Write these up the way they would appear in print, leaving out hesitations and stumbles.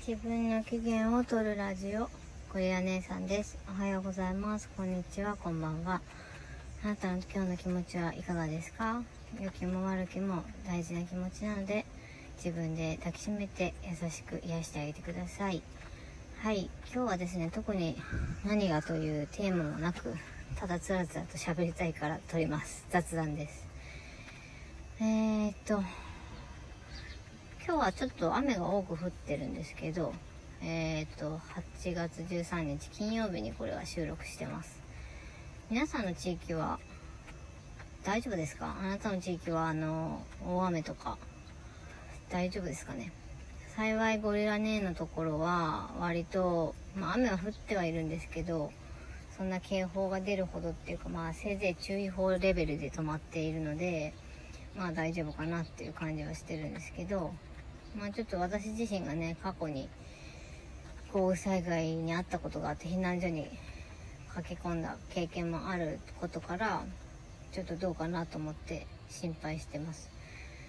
自分の機嫌を取るラジオ、ゴリラ姉さんです。おはようございます。こんにちは、こんばんは。あなたの今日の気持ちはいかがですか？良きも悪きも大事な気持ちなので、自分で抱きしめて優しく癒してあげてください。はい、今日はですね、特に何がというテーマもなく、ただつらつらと喋りたいから撮ります。雑談です。今日はちょっと雨が多く降ってるんですけど、8月13日金曜日にこれは収録してます。皆さんの地域は大丈夫ですか？あなたの地域は大雨とか大丈夫ですかね？幸いゴリラ姉のところは割と、雨は降ってはいるんですけど、そんな警報が出るほどっていうか、せいぜい注意報レベルで止まっているので、大丈夫かなっていう感じはしてるんですけど、ちょっと私自身がね、過去に豪雨災害に遭ったことがあって、避難所に駆け込んだ経験もあることから、ちょっとどうかなと思って心配してます。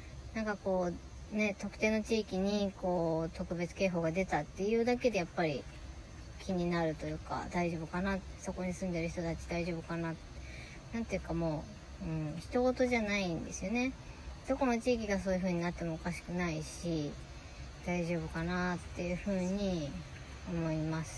特定の地域に特別警報が出たっていうだけでやっぱり気になるというか、大丈夫かな、そこに住んでる人たち大丈夫かな、なんていうか人事じゃないんですよね。どこの地域がそういう風になってもおかしくないし、大丈夫かなっていう風に思います。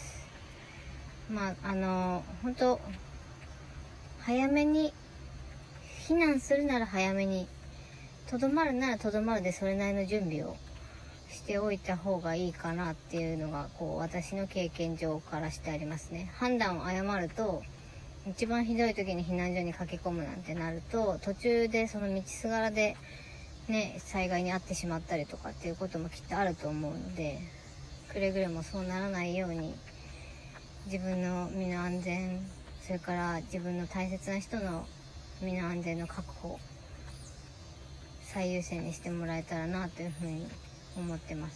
本当早めに避難するなら早めに、とどまるならとどまるでそれなりの準備をしておいた方がいいかなっていうのが私の経験上からしてありますね。判断を誤ると、一番ひどい時に避難所に駆け込むなんてなると、途中でその道すがらでね、災害に遭ってしまったりとかっていうこともきっとあると思うので、くれぐれもそうならないように、自分の身の安全、それから自分の大切な人の身の安全の確保、最優先にしてもらえたらなというふうに思ってます。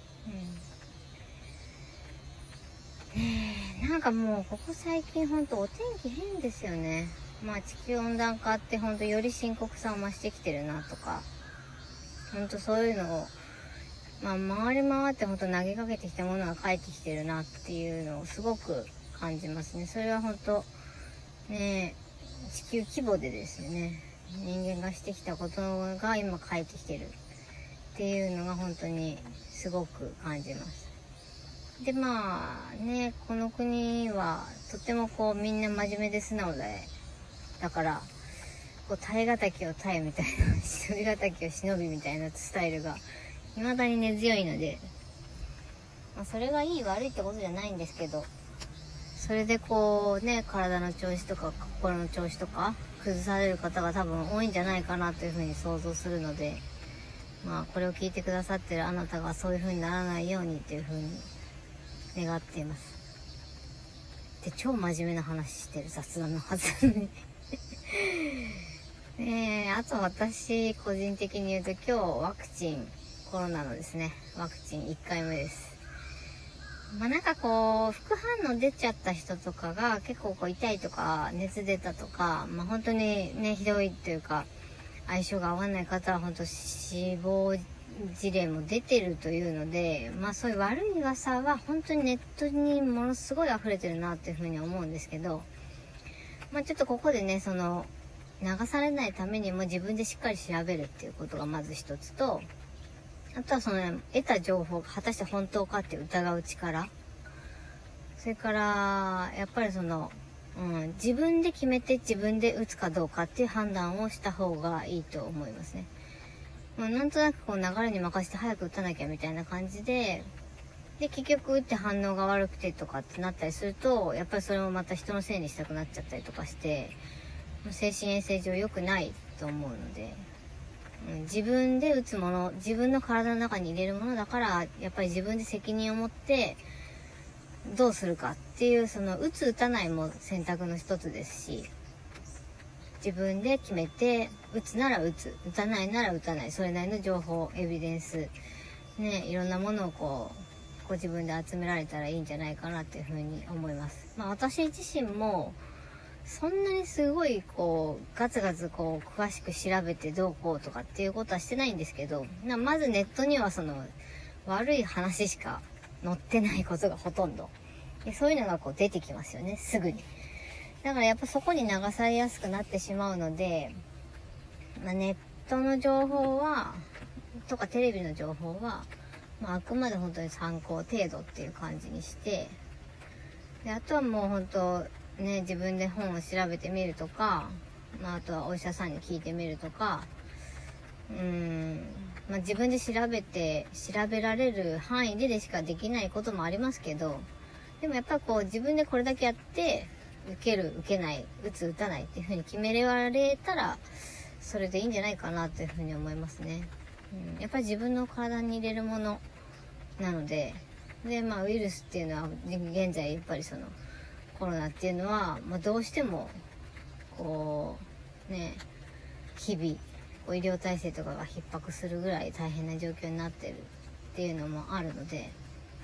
もうここ最近ほんとお天気変ですよね。地球温暖化ってほんとより深刻さを増してきてるなとか、ほんとそういうのを回り回ってほんと投げかけてきたものが返ってきてるなっていうのをすごく感じますね。それはほんとね、地球規模でですよね、人間がしてきたことが今返ってきてるっていうのが本当にすごく感じます。でこの国はとってもみんな真面目で素直で、だから耐え難を耐えみたいな、忍び難を忍びみたいなスタイルが未だに根強いので、それがいい悪いってことじゃないんですけど、それで体の調子とか心の調子とか崩される方が多分多いんじゃないかなというふうに想像するので、これを聞いてくださってるあなたがそういうふうにならないようにっていうふうに願っています。で、超真面目な話してる雑談のはずあと私個人的に言うと、今日ワクチン、コロナのですね、ワクチン1回目です。副反応出ちゃった人とかが結構痛いとか熱出たとか、本当にね、ひどいというか相性が合わない方は本当死亡事例も出てるというので、そういう悪い噂は本当にネットにものすごい溢れてるなっていうふうに思うんですけど、ちょっとここでね、流されないためにも自分でしっかり調べるっていうことがまず一つと、あとは得た情報が果たして本当かって疑う力。それから、やっぱり自分で決めて自分で打つかどうかっていう判断をした方がいいと思いますね。なんとなく流れに任せて早く打たなきゃみたいな感じで、結局打って反応が悪くてとかってなったりすると、やっぱりそれもまた人のせいにしたくなっちゃったりとかして、精神衛生上良くないと思うので、自分で打つもの、自分の体の中に入れるものだから、やっぱり自分で責任を持ってどうするかっていう、打つ打たないも選択の一つですし、自分で決めて、打つなら打つ、打たないなら打たない、それなりの情報、エビデンスね、いろんなものをご自分で集められたらいいんじゃないかなっていうふうに思います。私自身もそんなにすごいガツガツ詳しく調べてどうこうとかっていうことはしてないんですけど、まずネットには悪い話しか乗ってないことがほとんどで、そういうのがこう出てきますよね、すぐに。だからやっぱそこに流されやすくなってしまうので、ネットの情報はとかテレビの情報は、あくまで本当に参考程度っていう感じにして、であとはもう本当ね、自分で本を調べてみるとか、あとはお医者さんに聞いてみるとか、自分で調べられる範囲でしかできないこともありますけど、でもやっぱりこう自分でこれだけやって受ける受けない、打つ打たないっていう風に決められたら、それでいいんじゃないかなというふうに思いますね。やっぱり自分の体に入れるものなので、ウイルスっていうのは現在やっぱりそのコロナっていうのは、どうしてもこうね、日々医療体制とかが逼迫するぐらい大変な状況になってるっていうのもあるので、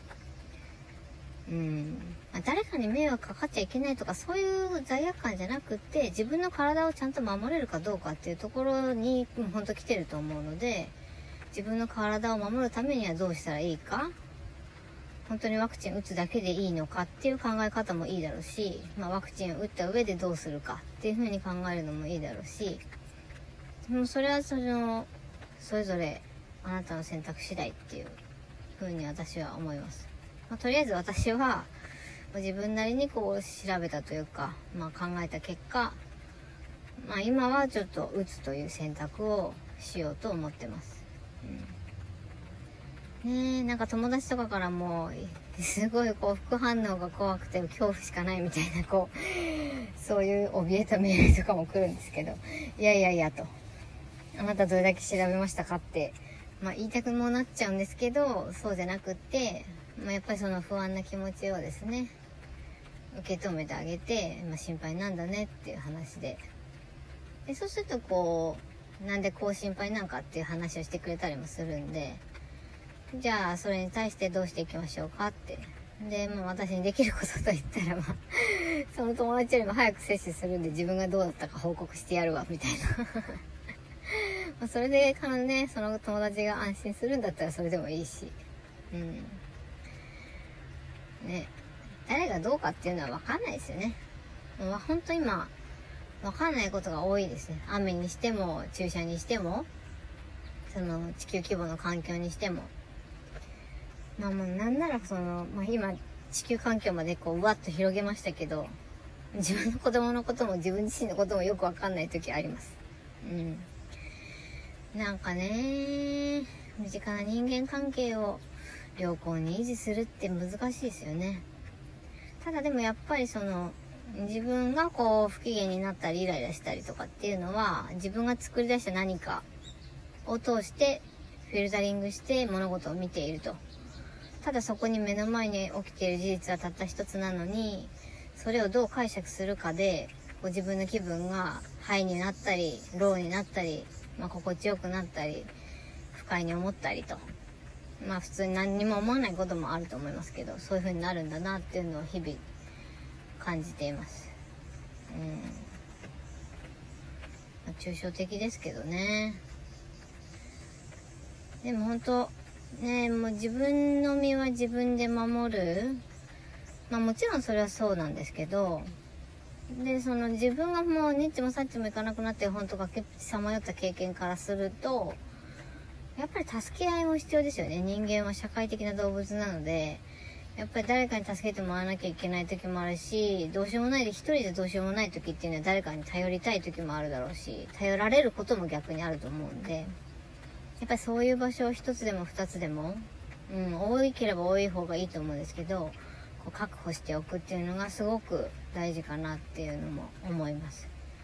誰かに迷惑かかっちゃいけないとかそういう罪悪感じゃなくって、自分の体をちゃんと守れるかどうかっていうところに本当来てると思うので、自分の体を守るためにはどうしたらいいか、本当にワクチン打つだけでいいのかっていう考え方もいいだろうし、ワクチンを打った上でどうするかっていう風に考えるのもいいだろうし、それはそれぞれあなたの選択次第っていう風に私は思います。とりあえず私は自分なりにこう調べたというか、考えた結果、今はちょっと打つという選択をしようと思ってます。なんか友達とかからもすごいこう副反応が怖くて恐怖しかないみたいなそういう怯えたメールとかも来るんですけど、いやと、あなたどれだけ調べましたかって、言いたくもなっちゃうんですけど、そうじゃなくって、やっぱりその不安な気持ちをですね、受け止めてあげて、心配なんだねっていう話で、そうするとなんでこう心配なんかっていう話をしてくれたりもするんで、じゃあそれに対してどうしていきましょうかって。で、私にできることと言ったらその友達よりも早く接種するんで自分がどうだったか報告してやるわみたいなそれでその友達が安心するんだったらそれでもいいし、誰がどうかっていうのは分かんないですよね。本当今分かんないことが多いですね。雨にしても注射にしても、その地球規模の環境にしても、なんなら今地球環境までうわっと広げましたけど、自分の子供のことも自分自身のこともよく分かんない時あります。なんかね、身近な人間関係を良好に維持するって難しいですよね。ただでもやっぱり自分が不機嫌になったりイライラしたりとかっていうのは、自分が作り出した何かを通してフィルタリングして物事を見ていると。ただそこに目の前に起きている事実はたった一つなのに、それをどう解釈するかで自分の気分がハイになったりローになったり、心地よくなったり不快に思ったりと、普通に何にも思わないこともあると思いますけど、そういう風になるんだなっていうのを日々感じています。抽象的ですけどね。でも本当ね、もう自分の身は自分で守る。もちろんそれはそうなんですけど、で自分がもうニッチもサッチもいかなくなって本当崖っぷちさまよった経験からすると、やっぱり助け合いも必要ですよね。人間は社会的な動物なので、やっぱり誰かに助けてもらわなきゃいけない時もあるし、どうしようもないで一人でどうしようもない時っていうのは誰かに頼りたい時もあるだろうし、頼られることも逆にあると思うんで、やっぱりそういう場所を一つでも二つでも、多ければ多い方がいいと思うんですけど、確保しておくっていうのがすごく大事かなっていうのも思います。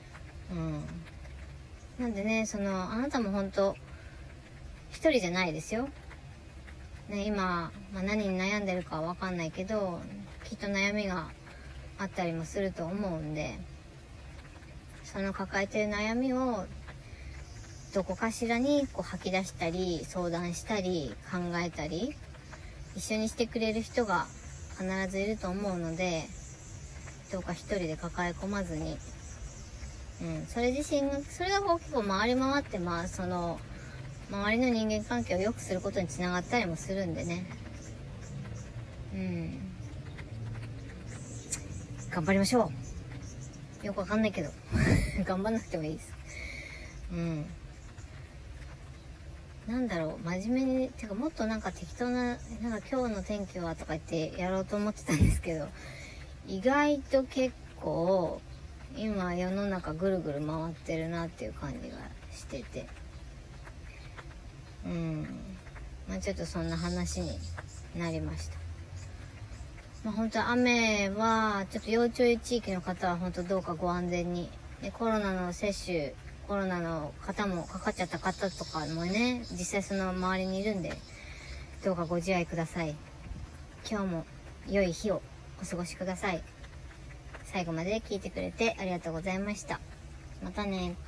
なんでね、あなたも本当一人じゃないですよ。今、何に悩んでるかはわかんないけど、きっと悩みがあったりもすると思うんで、その抱えてる悩みをどこかしらに吐き出したり相談したり考えたり一緒にしてくれる人が必ずいると思うので、どうか一人で抱え込まずに、それが結構回り回って周りの人間関係を良くすることにつながったりもするんでね。 頑張りましょう。よくわかんないけど頑張んなくてもいいです。なんだろう、真面目に、てかもっとなんか適当な、なんか今日の天気はとか言ってやろうと思ってたんですけど、意外と結構今世の中ぐるぐる回ってるなっていう感じがしてて、ちょっとそんな話になりました。本当雨はちょっと要注意地域の方は本当どうかご安全に。で、コロナの方もかかっちゃった方とかもね、実際その周りにいるんで、どうかご自愛ください。今日も良い日をお過ごしください。最後まで聞いてくれてありがとうございました。またね。